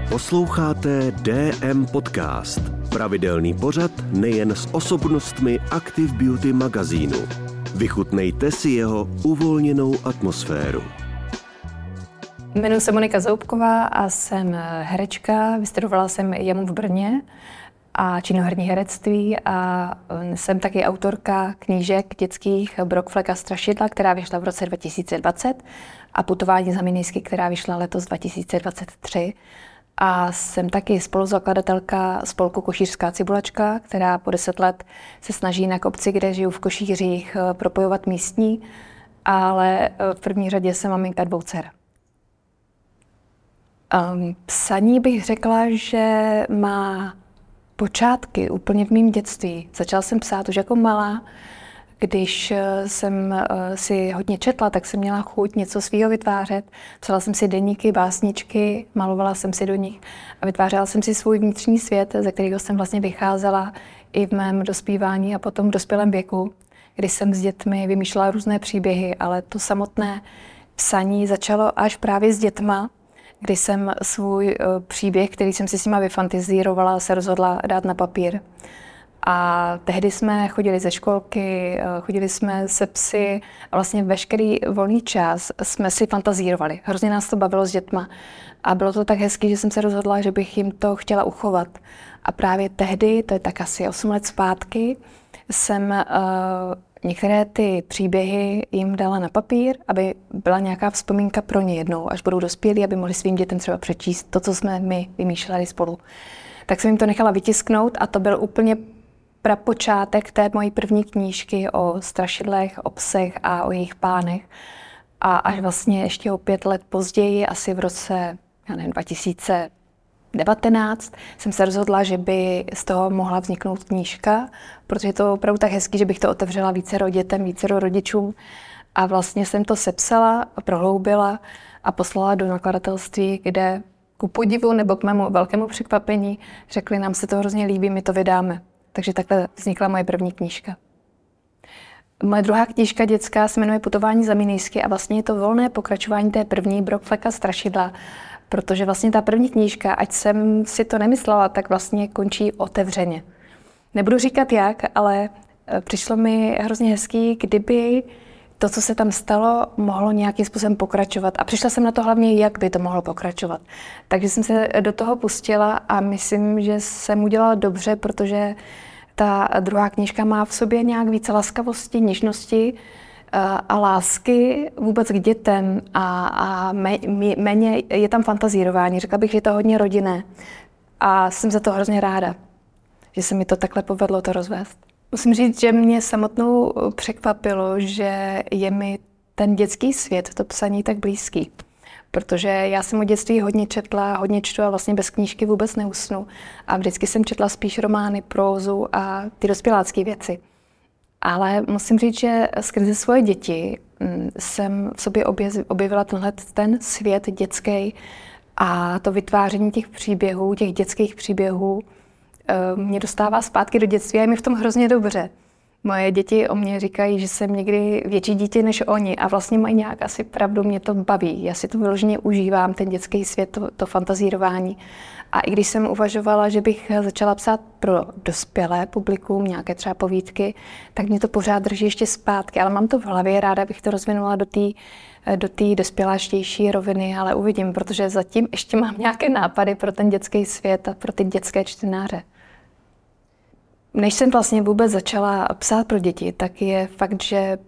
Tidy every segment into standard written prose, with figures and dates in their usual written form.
Posloucháte DM Podcast. Pravidelný pořad nejen s osobnostmi Active Beauty magazínu. Vychutnejte si jeho uvolněnou atmosféru. Jmenuji se Monika Zoubková a jsem herečka. Vystudovala jsem JAMU v Brně a činoherní herectví a jsem taky autorka knížek dětských Brok, Flek a Strašidla, která vyšla v roce 2020 a Putování za Minejsky, která vyšla letos 2023. A jsem taky spoluzakladatelka spolku Košířská cibulačka, která po 10 let se snaží na kopci, kde žiju v Košířích, propojovat místní, ale v první řadě jsem maminka 2 dcer. Psaní bych řekla, že má počátky úplně v mém dětství. Začala jsem psát už jako malá. Když jsem si hodně četla, tak jsem měla chuť něco svýho vytvářet. Psala jsem si deníky, básničky, malovala jsem si do nich a vytvářela jsem si svůj vnitřní svět, ze kterého jsem vlastně vycházela i v mém dospívání a potom v dospělém věku, kdy jsem s dětmi vymýšlela různé příběhy, ale to samotné psaní začalo až právě s dětma, kdy jsem svůj příběh, který jsem si s nima vyfantazírovala, se rozhodla dát na papír. A tehdy jsme chodili ze školky, chodili jsme se psy a vlastně veškerý volný čas jsme si fantazírovali. Hrozně nás to bavilo s dětma a bylo to tak hezký, že jsem se rozhodla, že bych jim to chtěla uchovat. A právě tehdy, to je tak asi 8 let zpátky, jsem některé ty příběhy jim dala na papír, aby byla nějaká vzpomínka pro ně jednou, až budou dospělí, aby mohli svým dětem třeba přečíst to, co jsme my vymýšleli spolu. Tak jsem jim to nechala vytisknout a to byl úplně prapočátek té mojí první knížky o strašidlech, o psech a o jejich pánech. A až vlastně ještě o 5 let později, asi v roce 2019, jsem se rozhodla, že by z toho mohla vzniknout knížka, protože je to opravdu tak hezký, že bych to otevřela vícero dětem, vícero rodičům. A vlastně jsem to sepsala, prohloubila a poslala do nakladatelství, kde ku podivu nebo k mému velkému překvapení řekli, nám se to hrozně líbí, my to vydáme. Takže takhle vznikla moje první knížka. Moje druhá knížka dětská se jmenuje Putování za Minejsky a vlastně je to volné pokračování té první Brok, Flek a Strašidla, protože vlastně ta první knížka, ať jsem si to nemyslela, tak vlastně končí otevřeně. Nebudu říkat jak, ale přišlo mi hrozně hezký, kdyby to, co se tam stalo, mohlo nějakým způsobem pokračovat. A přišla jsem na to hlavně, jak by to mohlo pokračovat. Takže jsem se do toho pustila a myslím, že jsem udělala dobře, protože ta druhá knížka má v sobě nějak více laskavosti, něžnosti a lásky vůbec k dětem a méně je tam fantazírování. Řekla bych, že je to hodně rodinné a jsem za to hrozně ráda, že se mi to takhle povedlo to rozvést. Musím říct, že mě samotnou překvapilo, že je mi ten dětský svět, to psaní tak blízký. Protože já jsem od dětství hodně četla, hodně čtu a vlastně bez knížky vůbec neusnu. A vždycky jsem četla spíš romány, prózu a ty dospělácké věci. Ale musím říct, že skrze svoje děti jsem v sobě objevila ten svět dětský a to vytváření těch příběhů, těch dětských příběhů, mě dostává zpátky do dětství a je mi v tom hrozně dobře. Moje děti o mě říkají, že jsem někdy větší dítě než oni a vlastně mají nějak asi pravdu, mě to baví. Já si to vyloženě užívám, ten dětský svět, to fantazírování. A i když jsem uvažovala, že bych začala psát pro dospělé publikum, nějaké třeba povídky, tak mě to pořád drží ještě zpátky, ale mám to v hlavě, ráda bych to rozvinula do té dospěláštější roviny, ale uvidím, protože zatím ještě mám nějaké nápady pro ten dětský svět a pro ty dětské čtenáře. Než jsem vlastně vůbec začala psát pro děti, tak je fakt, že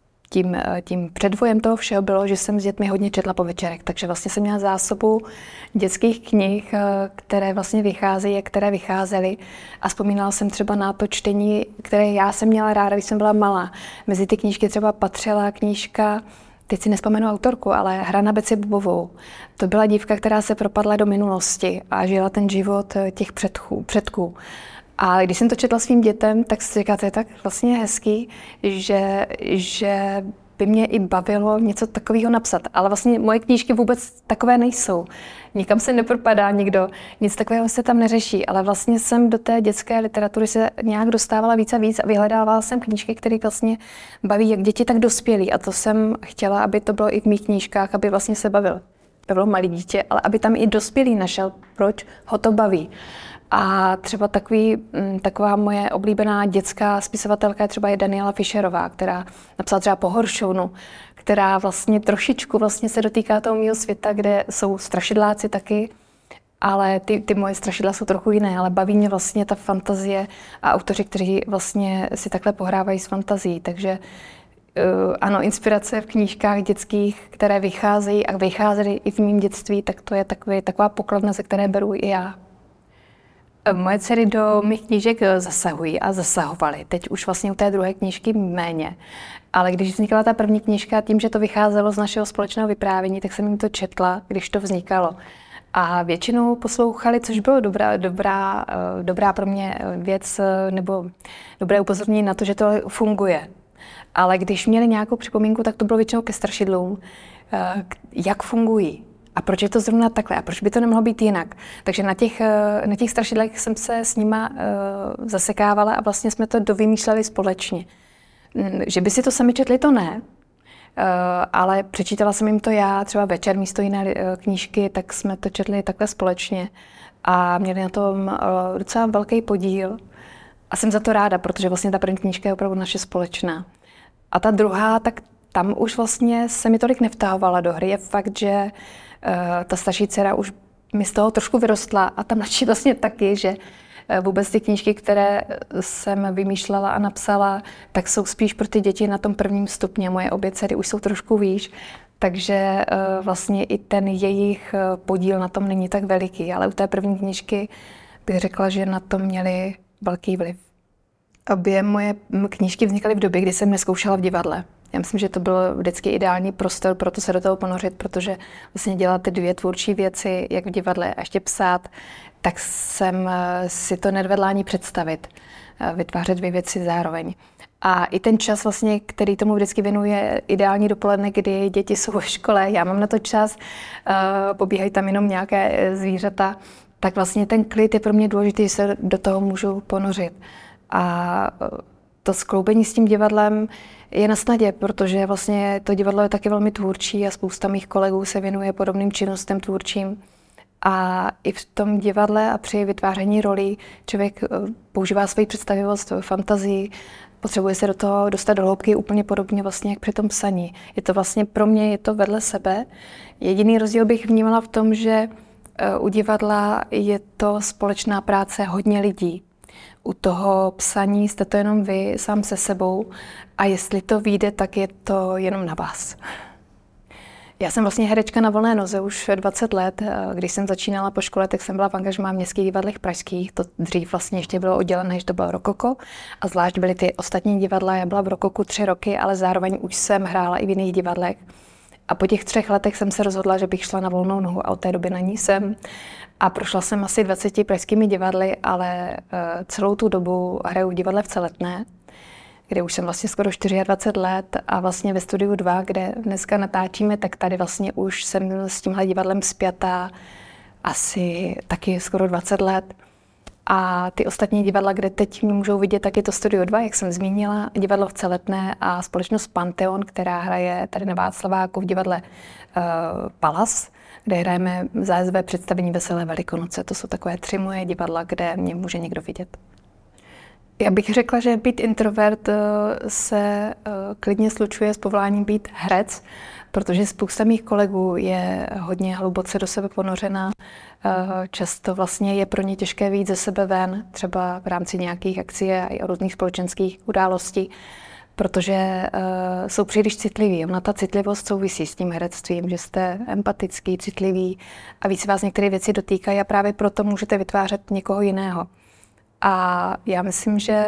tím předvojem toho všeho bylo, že jsem s dětmi hodně četla po večerech, takže vlastně jsem měla zásobu dětských knih, které vlastně vycházejí a které vycházely a vzpomínala jsem třeba na to čtení, které já jsem měla ráda, když jsem byla malá. Mezi ty knížky třeba patřila knížka, teď si nespomenu autorku, ale Hra na Beci Bobovou. To byla dívka, která se propadla do minulosti a žila ten život těch předků. A když jsem to četla svým dětem, tak si říkáte, je tak vlastně hezký, že by mě i bavilo něco takového napsat. Ale vlastně moje knížky vůbec takové nejsou. Nikam se nepropadá nikdo, nic takového se tam neřeší. Ale vlastně jsem do té dětské literatury se nějak dostávala víc a víc a vyhledávala jsem knížky, které vlastně baví jak děti, tak dospělí. A to jsem chtěla, aby to bylo i v mých knížkách, aby vlastně se bavil. bylo malé dítě, ale aby tam i dospělý našel, proč ho to baví. A třeba taková moje oblíbená dětská spisovatelka je třeba Daniela Fischerová, která napsala třeba Pohoršovnu, která vlastně trošičku vlastně se dotýká toho mýho světa, kde jsou strašidláci taky, ale ty moje strašidla jsou trochu jiné, ale baví mě vlastně ta fantazie a autoři, kteří vlastně si takhle pohrávají s fantazií. Takže ano, inspirace v knížkách dětských, které vycházejí a vycházely i v mém dětství, tak to je taková pokladna, ze které beru i já. Moje dcery do mých knížek zasahují a zasahovaly. Teď už vlastně u té druhé knížky méně. Ale když vznikla ta první knížka, tím, že to vycházelo z našeho společného vyprávění, tak jsem jim to četla, když to vznikalo. A většinou poslouchali, což bylo dobrá pro mě věc, nebo dobré upozornění na to, že to funguje. Ale když měli nějakou připomínku, tak to bylo většinou ke strašidlům, jak fungují. A proč je to zrovna takhle? A proč by to nemohlo být jinak? Takže na těch strašidlech jsem se s nima zasekávala a vlastně jsme to dovymýšleli společně. Že by si to sami četli, to ne. Ale přečítala jsem jim to já, třeba večer místo jiné knížky, tak jsme to četli takhle společně. A měli na tom docela velký podíl. A jsem za to ráda, protože vlastně ta první knížka je opravdu naše společná. A ta druhá, tak tam už vlastně se mi tolik nevtahovala do hry. Je fakt, že ta starší dcera už mi z toho trošku vyrostla a ta mladší vlastně taky, že vůbec ty knížky, které jsem vymýšlela a napsala, tak jsou spíš pro ty děti na tom prvním stupni. Moje obě dcery už jsou trošku výš, takže vlastně i ten jejich podíl na tom není tak veliký. Ale u té první knížky bych řekla, že na to měli velký vliv. Obě moje knížky vznikaly v době, kdy jsem nezkoušela v divadle. Já myslím, že to byl vždycky ideální prostor pro to se do toho ponořit, protože vlastně dělat ty dvě tvůrčí věci, jak v divadle a ještě psát, tak jsem si to nedovedla ani představit, vytvářet dvě věci zároveň. A i ten čas, vlastně, který tomu vždycky věnuje, ideální dopoledne, kdy děti jsou ve škole, já mám na to čas, pobíhají tam jenom nějaké zvířata, tak vlastně ten klid je pro mě důležitý, že se do toho můžu ponořit. A to skloubení s tím divadlem je na snadě, protože vlastně to divadlo je taky velmi tvůrčí a spousta mých kolegů se věnuje podobným činnostem tvůrčím. A i v tom divadle a při vytváření rolí člověk používá svoji představivost, fantazii, potřebuje se do toho dostat do hloubky úplně podobně vlastně jak při tom psaní. Je to vlastně pro mě, je to vedle sebe. Jediný rozdíl bych vnímala v tom, že u divadla je to společná práce hodně lidí. U toho psaní jste to jenom vy sám se sebou a jestli to vyjde, tak je to jenom na vás. Já jsem vlastně herečka na volné noze už 20 let. Když jsem začínala po škole, tak jsem byla v angažmá v městských divadlech pražských. To dřív vlastně ještě bylo oddělené, že to bylo rokoko. A zvlášť byly ty ostatní divadla. Já byla v rokoku 3 roky, ale zároveň už jsem hrála i v jiných divadlech. A po těch 3 letech jsem se rozhodla, že bych šla na volnou nohu a od té doby na ní jsem. A prošla jsem asi 20 pražskými divadly, ale celou tu dobu hraju v divadle v Celetné, kde už jsem vlastně skoro 24 let a vlastně ve Studiu 2, kde dneska natáčíme, tak tady vlastně už jsem s tímhle divadlem spjatá asi taky skoro 20 let. A ty ostatní divadla, kde teď mě můžou vidět, tak je to Studio 2, jak jsem zmínila, divadlo v Celetné a společnost Pantheon, která hraje tady na Václaváku v divadle Palas, kde hrajeme zájezvé představení Veselé Velikonoce. To jsou takové 3 moje divadla, kde mě může někdo vidět. Já bych řekla, že být introvert se klidně slučuje s povoláním být herec, protože spousta mých kolegů je hodně hluboce do sebe ponořená. Často vlastně je pro ně těžké vyjít ze sebe ven, třeba v rámci nějakých akcí a různých společenských událostí, protože jsou příliš citliví. Ona ta citlivost souvisí s tím herectvím, že jste empatický, citlivý a víc vás některé věci dotýkají a právě proto můžete vytvářet někoho jiného. A já myslím, že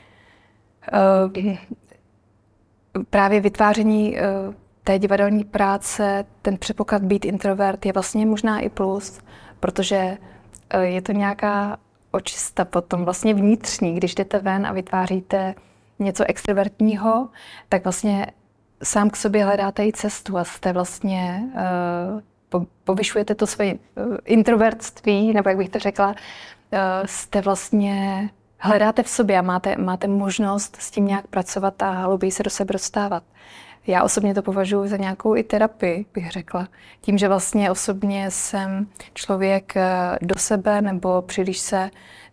právě vytváření té divadelní práce, ten předpoklad být introvert je vlastně možná i plus, protože je to nějaká očista potom vlastně vnitřní, když jdete ven a vytváříte něco extrovertního, tak vlastně sám k sobě hledáte i cestu a jste vlastně, povyšujete to svoje introvertství, nebo jak bych to řekla, jste vlastně, hledáte v sobě a máte možnost s tím nějak pracovat a hlouběji se do sebe dostávat. Já osobně to považuji za nějakou i terapii, bych řekla. Tím, že vlastně osobně jsem člověk do sebe nebo příliš se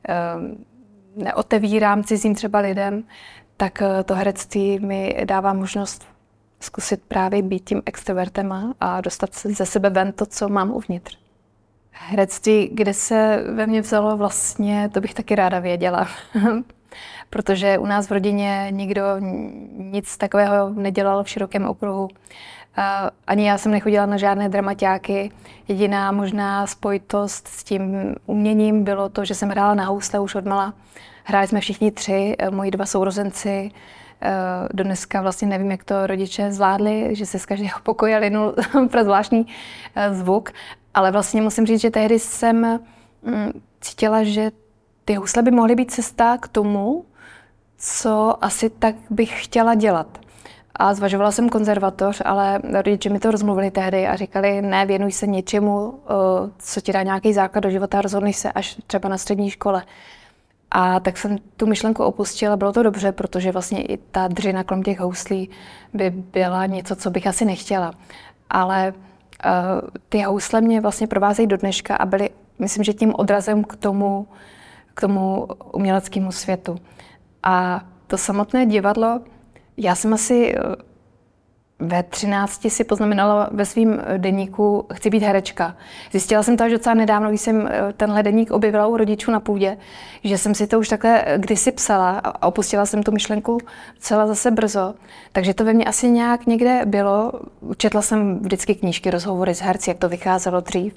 neotevírám cizím třeba lidem, tak to herectví mi dává možnost zkusit právě být tím extrovertem a dostat ze sebe ven to, co mám uvnitř. Herectví, kde se ve mně vzalo vlastně, to bych taky ráda věděla. Protože u nás v rodině nikdo nic takového nedělal v širokém okruhu. Ani já jsem nechodila na žádné dramaťáky. Jediná možná spojitost s tím uměním bylo to, že jsem hrála na housle už odmala. Hráli jsme všichni 3, moji 2 sourozenci. Do dneska vlastně nevím, jak to rodiče zvládli, že se z každého pokoje linul pro zvláštní zvuk. Ale vlastně musím říct, že tehdy jsem cítila, že ty housle by mohly být cesta k tomu, co asi tak bych chtěla dělat. A zvažovala jsem konzervatoř, ale rodiče mi to rozmluvili tehdy a říkali, ne, věnuj se něčemu, co ti dá nějaký základ do života, rozhodni se až třeba na střední škole. A tak jsem tu myšlenku opustila, bylo to dobře, protože vlastně i ta dřina kolem těch houslí by byla něco, co bych asi nechtěla. Ale ty housle mě vlastně provázejí do dneška a byly, myslím, že tím odrazem k tomu uměleckému světu. A to samotné divadlo, já jsem asi ve 13 si poznamenala ve svém deníku, chci být herečka. Zjistila jsem to až docela nedávno, když jsem tenhle deník objevila u rodičů na půdě, že jsem si to už takhle kdysi psala a opustila jsem tu myšlenku celá zase brzo. Takže to ve mně asi nějak někde bylo. Četla jsem vždycky knížky, rozhovory s herci, jak to vycházelo dřív.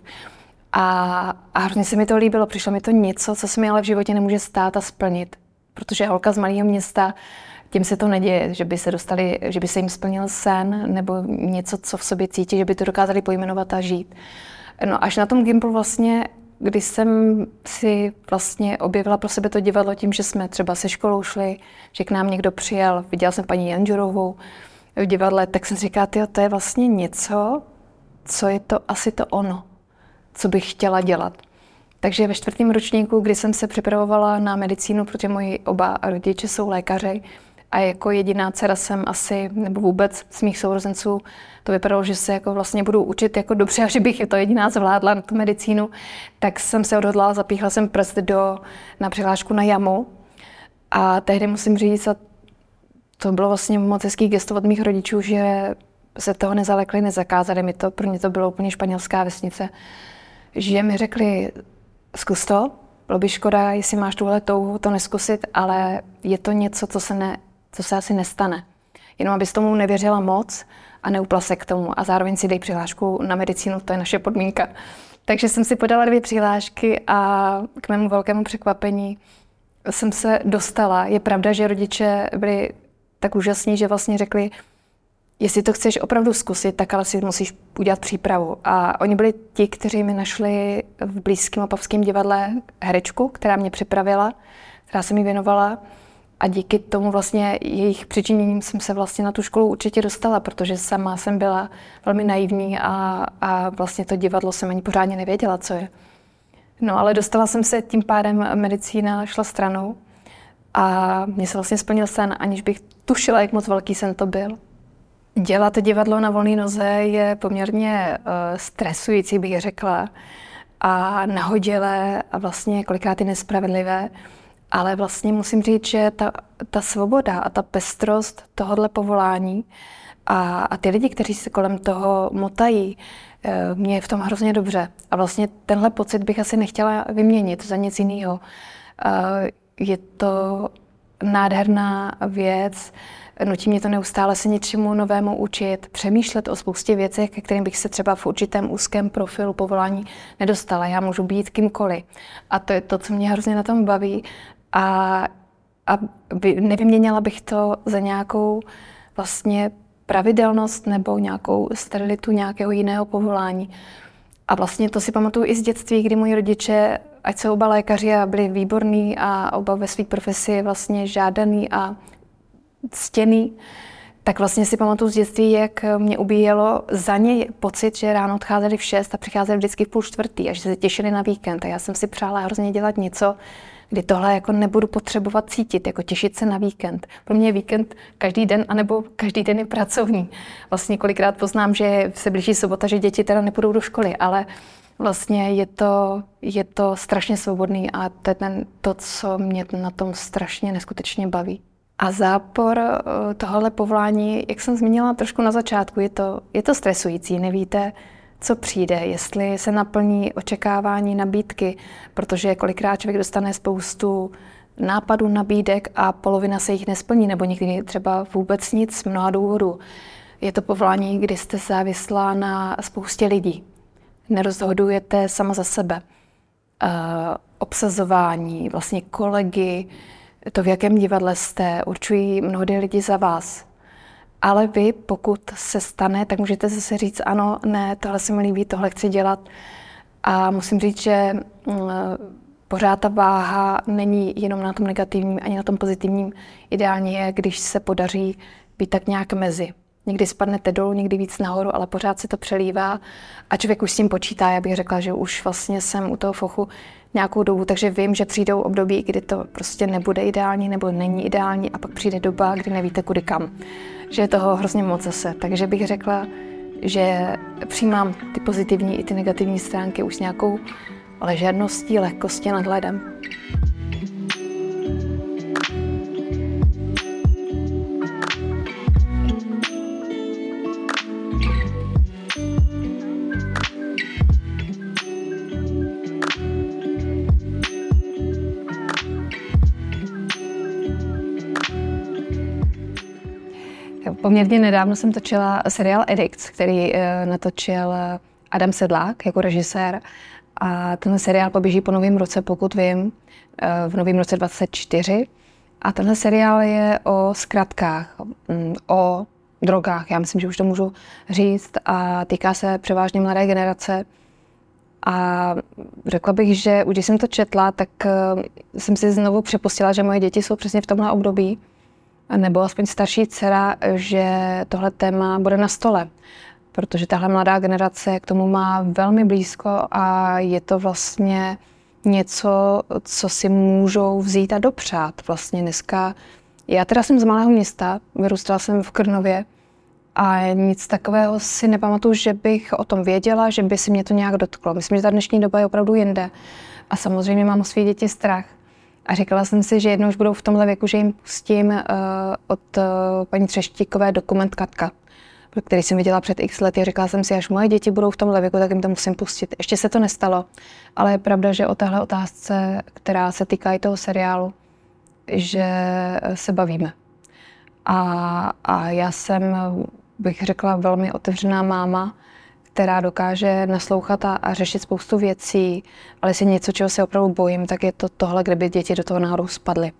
A hrozně se mi to líbilo, přišlo mi to něco, co se mi ale v životě nemůže stát a splnit. Protože holka z malého města, tím se to neděje, že by se dostali, že by se jim splnil sen nebo něco, co v sobě cítí, že by to dokázali pojmenovat a žít. No až na tom Gimplu vlastně, když jsem si vlastně objevila pro sebe to divadlo tím, že jsme třeba se školou šli, že k nám někdo přijel, viděla jsem paní Janžurovou v divadle, tak jsem si říkala, tyjo, to je vlastně něco, co je to asi to ono, co bych chtěla dělat. Takže ve 4. ročníku, kdy jsem se připravovala na medicínu, protože moji oba rodiče jsou lékaři a jako jediná dcera jsem asi, nebo vůbec z mých sourozenců, to vypadalo, že se jako vlastně budu učit jako dobře a že bych to jediná zvládla na tu medicínu, tak jsem se odhodlala, zapíchla jsem prst na přihlášku na JAMU a tehdy musím říct, a to bylo vlastně moc hezký gesto od mých rodičů, že se toho nezalekli, nezakázali mi to, pro mě to bylo úplně španělská vesnice, že mi řekli, zkus to, bylo by škoda, jestli máš tuhle touhu to neskusit, ale je to něco, co se asi nestane. Jenom abys tomu nevěřila moc a neupla se k tomu a zároveň si dej přihlášku na medicínu, to je naše podmínka. Takže jsem si podala 2 přihlášky a k mému velkému překvapení jsem se dostala. Je pravda, že rodiče byli tak úžasní, že vlastně řekli, jestli to chceš opravdu zkusit, tak ale si musíš udělat přípravu. A oni byli ti, kteří mi našli v blízkém Opavském divadle herečku, která mě připravila, která se mi věnovala. A díky tomu vlastně jejich přičiněním jsem se vlastně na tu školu určitě dostala, protože sama jsem byla velmi naivní a vlastně to divadlo jsem ani pořádně nevěděla, co je. No ale dostala jsem se, tím pádem medicína šla stranou a mně se vlastně splnil sen, aniž bych tušila, jak moc velký sen to byl. Dělat divadlo na volné noze je poměrně stresující, bych řekla, a nahodilé a vlastně kolikrát i nespravedlivé, ale vlastně musím říct, že ta svoboda a ta pestrost tohohle povolání a ty lidi, kteří se kolem toho motají, mě je v tom hrozně dobře. A vlastně tenhle pocit bych asi nechtěla vyměnit za nic jiného. Je to nádherná věc, nutí mě to neustále se něčemu novému učit, přemýšlet o spoustě věcech, ke kterým bych se třeba v určitém úzkém profilu povolání nedostala. Já můžu být kýmkoliv. A to je to, co mě hrozně na tom baví. A nevyměnila bych to za nějakou vlastně pravidelnost nebo nějakou sterilitu nějakého jiného povolání. A vlastně to si pamatuju i z dětství, kdy moji rodiče, ať jsou oba lékaři a byli výborní a oba ve své profesi vlastně žádaný a ctěný, tak vlastně si pamatuju z dětství, jak mě ubíjelo za ně pocit, že ráno odcházeli v 6 a přicházeli vždycky v 3:30 a že se těšili na víkend. A já jsem si přála hrozně dělat něco, kdy tohle jako nebudu potřebovat cítit, jako těšit se na víkend. Pro mě je víkend každý den, anebo každý den je pracovní. Vlastně kolikrát poznám, že se blíží sobota, že děti teda nepůjdou do školy, ale vlastně je to strašně svobodný a to je to, co mě na tom strašně neskutečně baví. A zápor tohohle povolání, jak jsem zmínila trošku na začátku, je to stresující, nevíte, co přijde, jestli se naplní očekávání, nabídky, protože kolikrát člověk dostane spoustu nápadů, nabídek a polovina se jich nesplní, nebo někdy třeba vůbec nic z mnoha důvodů. Je to povolání, kdy jste závislá na spoustě lidí. Nerozhodujete sama za sebe. Obsazování, vlastně kolegy, to, v jakém divadle jste, určují mnohdy lidi za vás. Ale vy, pokud se stane, tak můžete zase říct ano, ne, tohle se mi líbí, tohle chci dělat. A musím říct, že pořád ta váha není jenom na tom negativním, ani na tom pozitivním. Ideálně je, když se podaří být tak nějak mezi. Někdy spadnete dolů, někdy víc nahoru, ale pořád se to přelívá a člověk už s tím počítá. Já bych řekla, že už vlastně jsem u toho fochu nějakou dobu, takže vím, že přijdou období, kdy to prostě nebude ideální nebo není ideální a pak přijde doba, kdy nevíte kudy kam. Že je toho hrozně moc zase. Takže bych řekla, že přijímám ty pozitivní i ty negativní stránky už s nějakou ležerností, lehkostí a nadhledem. Poměrně nedávno jsem točila seriál Addicts, který natočil Adam Sedlák jako režisér. A tenhle seriál poběží po novém roce, pokud vím, v novém roce 2024. A tenhle seriál je o zkratkách, o drogách, já myslím, že už to můžu říct, a týká se převážně mladé generace. A řekla bych, že už když jsem to četla, tak jsem si znovu připustila, že moje děti jsou přesně v tomhle období, nebo aspoň starší dcera, že tohle téma bude na stole. Protože tahle mladá generace k tomu má velmi blízko a je to vlastně něco, co si můžou vzít a dopřát. Vlastně dneska, já teda jsem z malého města, vyrůstala jsem v Krnově a nic takového si nepamatuju, že bych o tom věděla, že by si mě to nějak dotklo. Myslím, že ta dnešní doba je opravdu jinde a samozřejmě mám o svých děti strach. A říkala jsem si, že jednou už budou v tomhle věku, že jim pustím od paní Třeštíkové dokument Katka, který jsem viděla před x lety. Říkala jsem si, až moje děti budou v tomhle věku, tak jim to musím pustit. Ještě se to nestalo, ale je pravda, že o téhle otázce, která se týká i toho seriálu, že se bavíme. A já jsem, bych řekla, velmi otevřená máma, která dokáže naslouchat a řešit spoustu věcí, ale jestli něco, čeho se opravdu bojím, tak je to tohle, kdyby děti do toho náhodou spadly.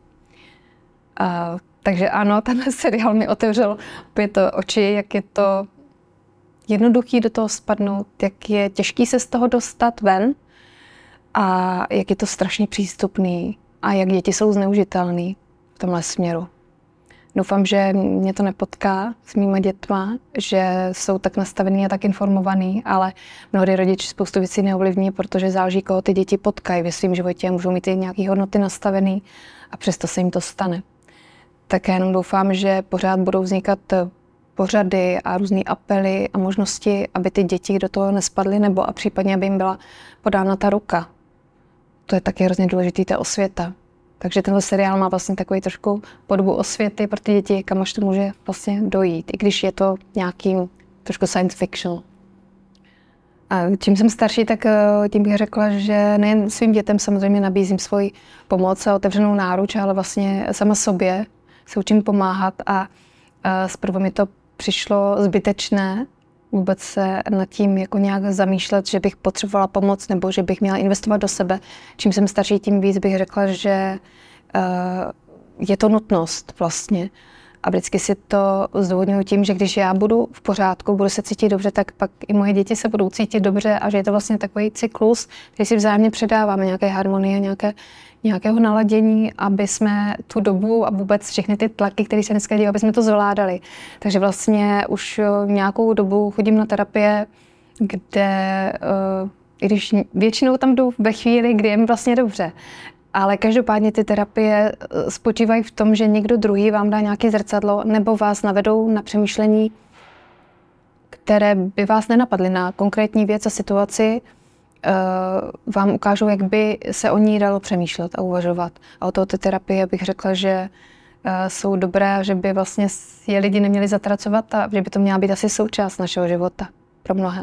Takže ano, tenhle seriál mi otevřel opět oči, jak je to jednoduchý do toho spadnout, jak je těžký se z toho dostat ven a jak je to strašně přístupný a jak děti jsou zneužitelný v tomhle směru. Doufám, že mě to nepotká s mýma dětma, že jsou tak nastavený a tak informovaný, ale mnohdy rodič spoustu věcí neovlivní, protože záleží, koho ty děti potkají ve svém životě, můžou mít i nějaké hodnoty nastavený a přesto se jim to stane. Tak já jenom doufám, že pořád budou vznikat pořady a různé apely a možnosti, aby ty děti do toho nespadly, nebo a případně, aby jim byla podána ta ruka. To je taky hrozně důležitý, ta osvěta. Takže tenhle seriál má vlastně takový trošku podobu osvěty pro ty děti, kam až to může vlastně dojít, i když je to nějaký trošku science fiction. A čím jsem starší, tak tím bych řekla, že nejen svým dětem samozřejmě nabízím svoji pomoc a otevřenou náruč, ale vlastně sama sobě se učím pomáhat a zprvu mi to přišlo zbytečné vůbec se nad tím jako nějak zamýšlet, že bych potřebovala pomoc nebo že bych měla investovat do sebe. Čím jsem starší, tím víc bych řekla, že je to nutnost vlastně. A vždycky si to zdůvodňuji tím, že když já budu v pořádku, budu se cítit dobře, tak pak i moje děti se budou cítit dobře a že je to vlastně takový cyklus, který si vzájemně předáváme, nějaké harmonie, nějakého naladění, aby jsme tu dobu a vůbec všechny ty tlaky, které se dneska dějí, aby jsme to zvládali. Takže vlastně už nějakou dobu chodím na terapie, kde, i když většinou tam jdu ve chvíli, kdy je mi vlastně dobře. Ale každopádně ty terapie spočívají v tom, že někdo druhý vám dá nějaké zrcadlo nebo vás navedou na přemýšlení, které by vás nenapadly na konkrétní věc a situaci, vám ukážou, jak by se o ní dalo přemýšlet a uvažovat. A o ty terapie bych řekla, že jsou dobré a že by vlastně je lidi neměli zatracovat a že by to měla být asi součást našeho života pro mnohé.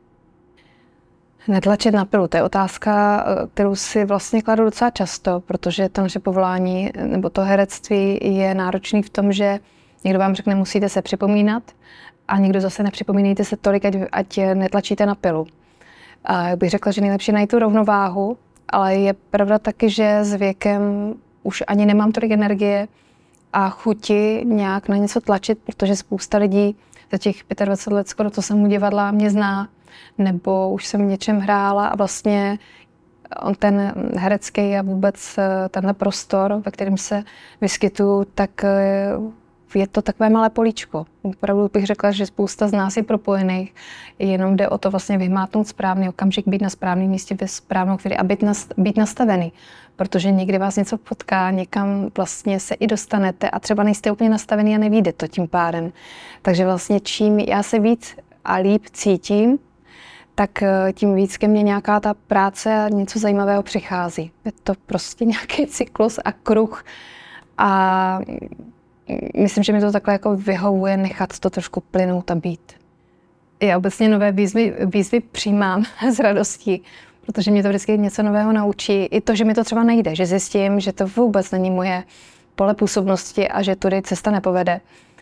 Netlačit na pilu, to je otázka, kterou si vlastně kladu docela často, protože to naše povolání nebo to herectví je náročný v tom, že někdo vám řekne, musíte se připomínat a někdo zase nepřipomínejte se tolik, ať netlačíte na pilu. A já bych řekla, že nejlepší najít tu rovnováhu, ale je pravda taky, že s věkem už ani nemám tolik energie a chuti nějak na něco tlačit, protože spousta lidí za těch 25 let skoro to jsem u divadla mě zná, nebo už jsem v něčem hrála a vlastně on ten herecký a vůbec tenhle prostor, ve kterém se vyskytuju, tak je to takové malé políčko. Opravdu bych řekla, že spousta z nás je propojených, jenom jde o to vlastně vymátnout správný okamžik, být na správném místě ve správnou chvíli a být nastavený. Protože někdy vás něco potká, někam vlastně se i dostanete a třeba nejste úplně nastavený a nevíde to tím pádem. Takže vlastně čím já se víc a líp cítím, tak tím víc ke mně nějaká ta práce a něco zajímavého přichází. Je to prostě nějaký cyklus a kruh a myslím, že mi to takhle jako vyhovuje nechat to trošku plynout a být. Já obecně nové výzvy přijímám s radostí, protože mě to vždycky něco nového naučí. I to, že mi to třeba nejde, že zjistím, že to vůbec není moje pole působnosti a že tudy cesta nepovede.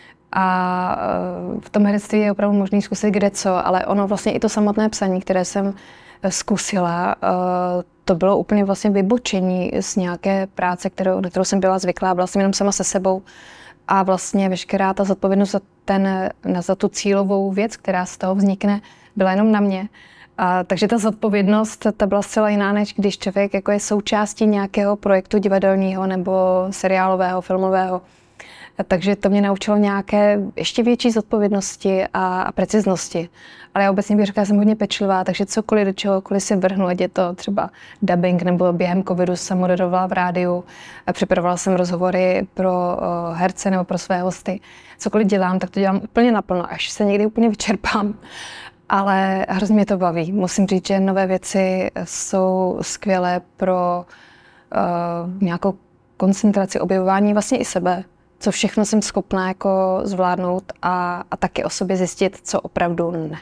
A v tom herectví je opravdu možný zkusit kdeco, ale ono vlastně i to samotné psaní, které jsem zkusila, to bylo úplně vlastně vybočení z nějaké práce, na kterou jsem byla zvyklá, byla jsem jenom sama se sebou a vlastně veškerá ta zodpovědnost za tu cílovou věc, která z toho vznikne, byla jenom na mě. Takže ta zodpovědnost, ta byla zcela jiná, než když člověk jako je součástí nějakého projektu divadelního nebo seriálového, filmového. Takže to mě naučilo nějaké ještě větší zodpovědnosti a preciznosti. Ale já obecně bych řekla, že jsem hodně pečlivá, takže cokoliv do čehokoliv si vrhnu, ať je to třeba dubbing nebo během covidu jsem moderovala v rádiu, připravovala jsem rozhovory pro herce nebo pro své hosty. Cokoliv dělám, tak to dělám úplně naplno, až se někdy úplně vyčerpám. Ale hrozně mě to baví. Musím říct, že nové věci jsou skvělé pro nějakou koncentraci, objevování vlastně i sebe. Co všechno jsem schopná jako zvládnout a taky o sobě zjistit, co opravdu ne.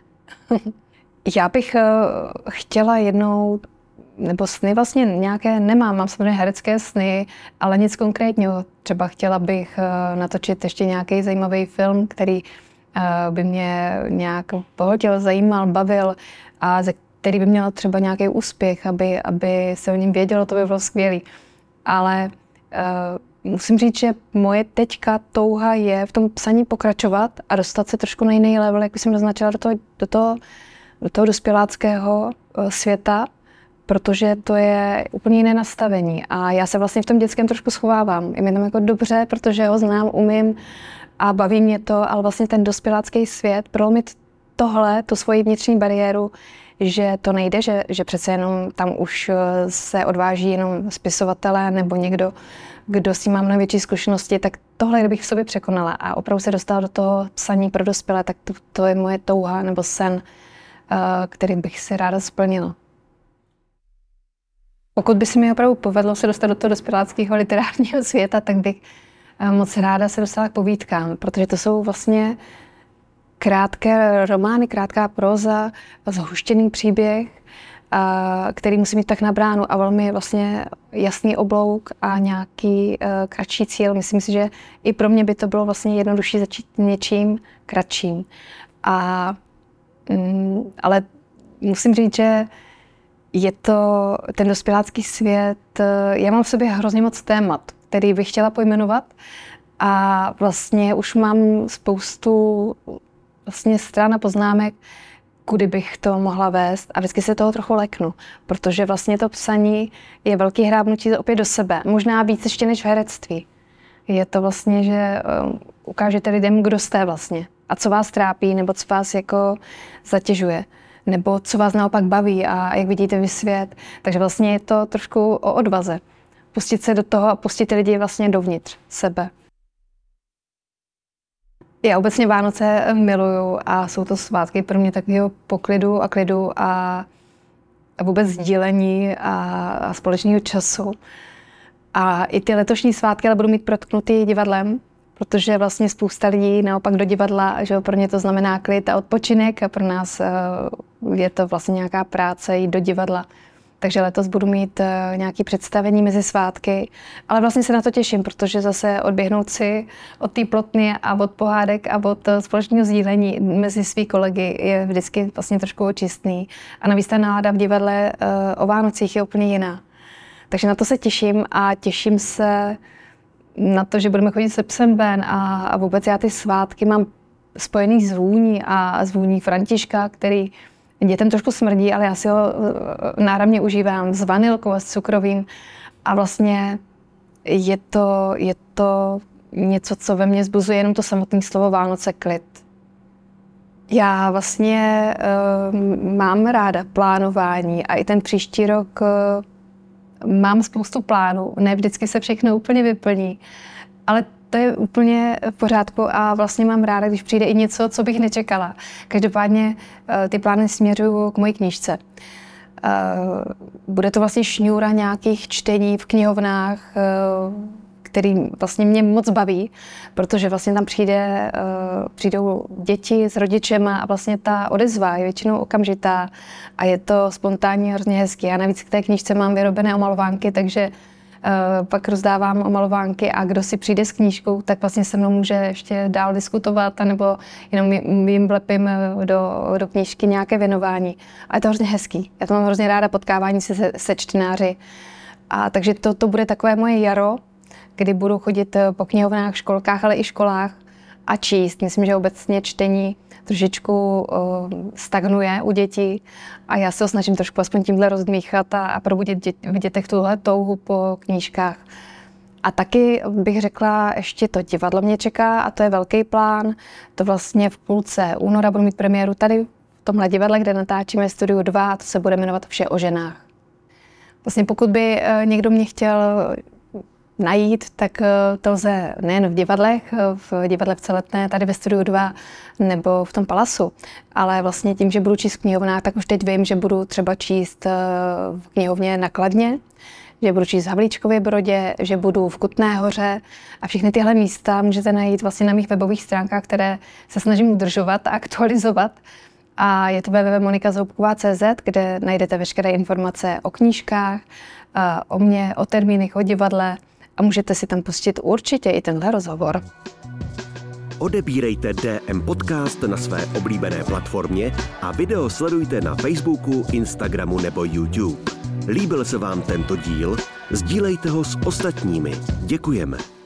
Já bych chtěla jednou, nebo sny vlastně nějaké nemám, mám samozřejmě herecké sny, ale nic konkrétního. Třeba chtěla bych natočit ještě nějaký zajímavý film, který by mě nějak pohltil, zajímal, bavil a který by měl třeba nějaký úspěch, aby se o něm vědělo, to by bylo skvělý. Ale musím říct, že moje teďka touha je v tom psaní pokračovat a dostat se trošku na jiný level, jak jsem naznačila, do toho dospěláckého světa, protože to je úplně jiné nastavení. A já se vlastně v tom dětském trošku schovávám. Je mi tam jako dobře, protože ho znám, umím a baví mě to, ale vlastně ten dospělácký svět, prolomit tu svoji vnitřní bariéru, že to nejde, že přece jenom tam už se odváží jenom spisovatelé nebo někdo, kdo si má mnohem větší zkušenosti, tak tohle, kdybych v sobě překonala a opravdu se dostala do toho psaní pro dospělé, tak to je moje touha nebo sen, který bych si ráda splnila. Pokud by se mi opravdu povedlo se dostat do toho dospěláckého literárního světa, tak bych moc ráda se dostala k povídkám, protože to jsou vlastně krátké romány, krátká próza, zhuštěný příběh, který musí mít tak na bránu a velmi vlastně jasný oblouk a nějaký kratší cíl. Myslím si, že i pro mě by to bylo vlastně jednodušší začít něčím kratším. Ale musím říct, že je to ten dospělácký svět, já mám v sobě hrozně moc témat, který bych chtěla pojmenovat a vlastně už mám spoustu vlastně stran a poznámek, kudy bych to mohla vést a vždycky se toho trochu leknu, protože vlastně to psaní je velký hrábnutí opět do sebe, možná víc ještě než v herectví. Je to vlastně, že ukážete lidem, kdo jste vlastně a co vás trápí nebo co vás jako zatěžuje, nebo co vás naopak baví a jak vidíte vy svět. Takže vlastně je to trošku o odvaze. pustit se do toho a pustit ty lidi vlastně dovnitř sebe. Já obecně Vánoce miluju a jsou to svátky pro mě takového poklidu a klidu a vůbec sdílení a společného času. A i ty letošní svátky ale budu mít protknutý divadlem, protože vlastně spousta lidí naopak do divadla, že pro ně to znamená klid a odpočinek a pro nás je to vlastně nějaká práce jít do divadla. Takže letos budu mít nějaké představení mezi svátky, ale vlastně se na to těším, protože zase odběhnout si od té plotny a od pohádek a od společného sdílení mezi svý kolegy je vždycky vlastně trošku očistný. A navíc ta nálada v divadle o Vánocích je úplně jiná. Takže na to se těším a těším se na to, že budeme chodit se psem ven a vůbec já ty svátky mám spojený s vůní a s vůní Františka, který dětem trošku smrdí, ale já si ho náramně užívám s vanilkou a s cukrovým a vlastně je to něco, co ve mně vzbuzuje jenom to samotné slovo Vánoce, klid. Já vlastně mám ráda plánování a i ten příští rok mám spoustu plánů. Ne vždycky se všechno úplně vyplní, ale to je úplně v pořádku a vlastně mám ráda, když přijde i něco, co bych nečekala. Každopádně ty plány směřují k mojí knížce. Bude to vlastně šňůra nějakých čtení v knihovnách, který vlastně mě moc baví, protože vlastně tam přijdou děti s rodičema a vlastně ta odezva je většinou okamžitá a je to spontánně hrozně hezký. Já navíc k té knížce mám vyrobené omalovánky, takže pak rozdávám omalovánky a kdo si přijde s knížkou, tak vlastně se mnou může ještě dál diskutovat anebo jenom jim vlepím do knížky nějaké věnování. A je to hrozně hezký. Já to mám hrozně ráda, potkávání se čtenáři. A takže to bude takové moje jaro, kdy budu chodit po knihovnách, školkách, ale i školách a číst. Myslím, že obecně čtení trošičku stagnuje u dětí a já se ho snažím trošku aspoň tímhle rozdmíchat a probudit v dětech tuhle touhu po knížkách. A taky bych řekla, ještě to divadlo mě čeká a to je velký plán. To vlastně v půlce února budu mít premiéru tady v tomhle divadle, kde natáčíme Studio 2 a to se bude jmenovat Vše o ženách. Vlastně pokud by někdo mě chtěl najít, tak to lze nejen v divadlech, v divadle v Celetné, tady ve Studiu 2 nebo v tom Palasu, ale vlastně tím, že budu číst v knihovnách, tak už teď vím, že budu třeba číst v knihovně na Kladně, že budu číst v Havlíčkově Brodě, že budu v Kutné Hoře a všechny tyhle místa můžete najít vlastně na mých webových stránkách, které se snažím udržovat a aktualizovat. A je to www.monikazoubková.cz, kde najdete veškeré informace o knížkách, o mně, o termínech, o divadle a můžete si tam pustit určitě i tenhle rozhovor. Odebírejte DM Podcast na své oblíbené platformě a video sledujte na Facebooku, Instagramu nebo YouTube. Líbil se vám tento díl? Sdílejte ho s ostatními. Děkujeme.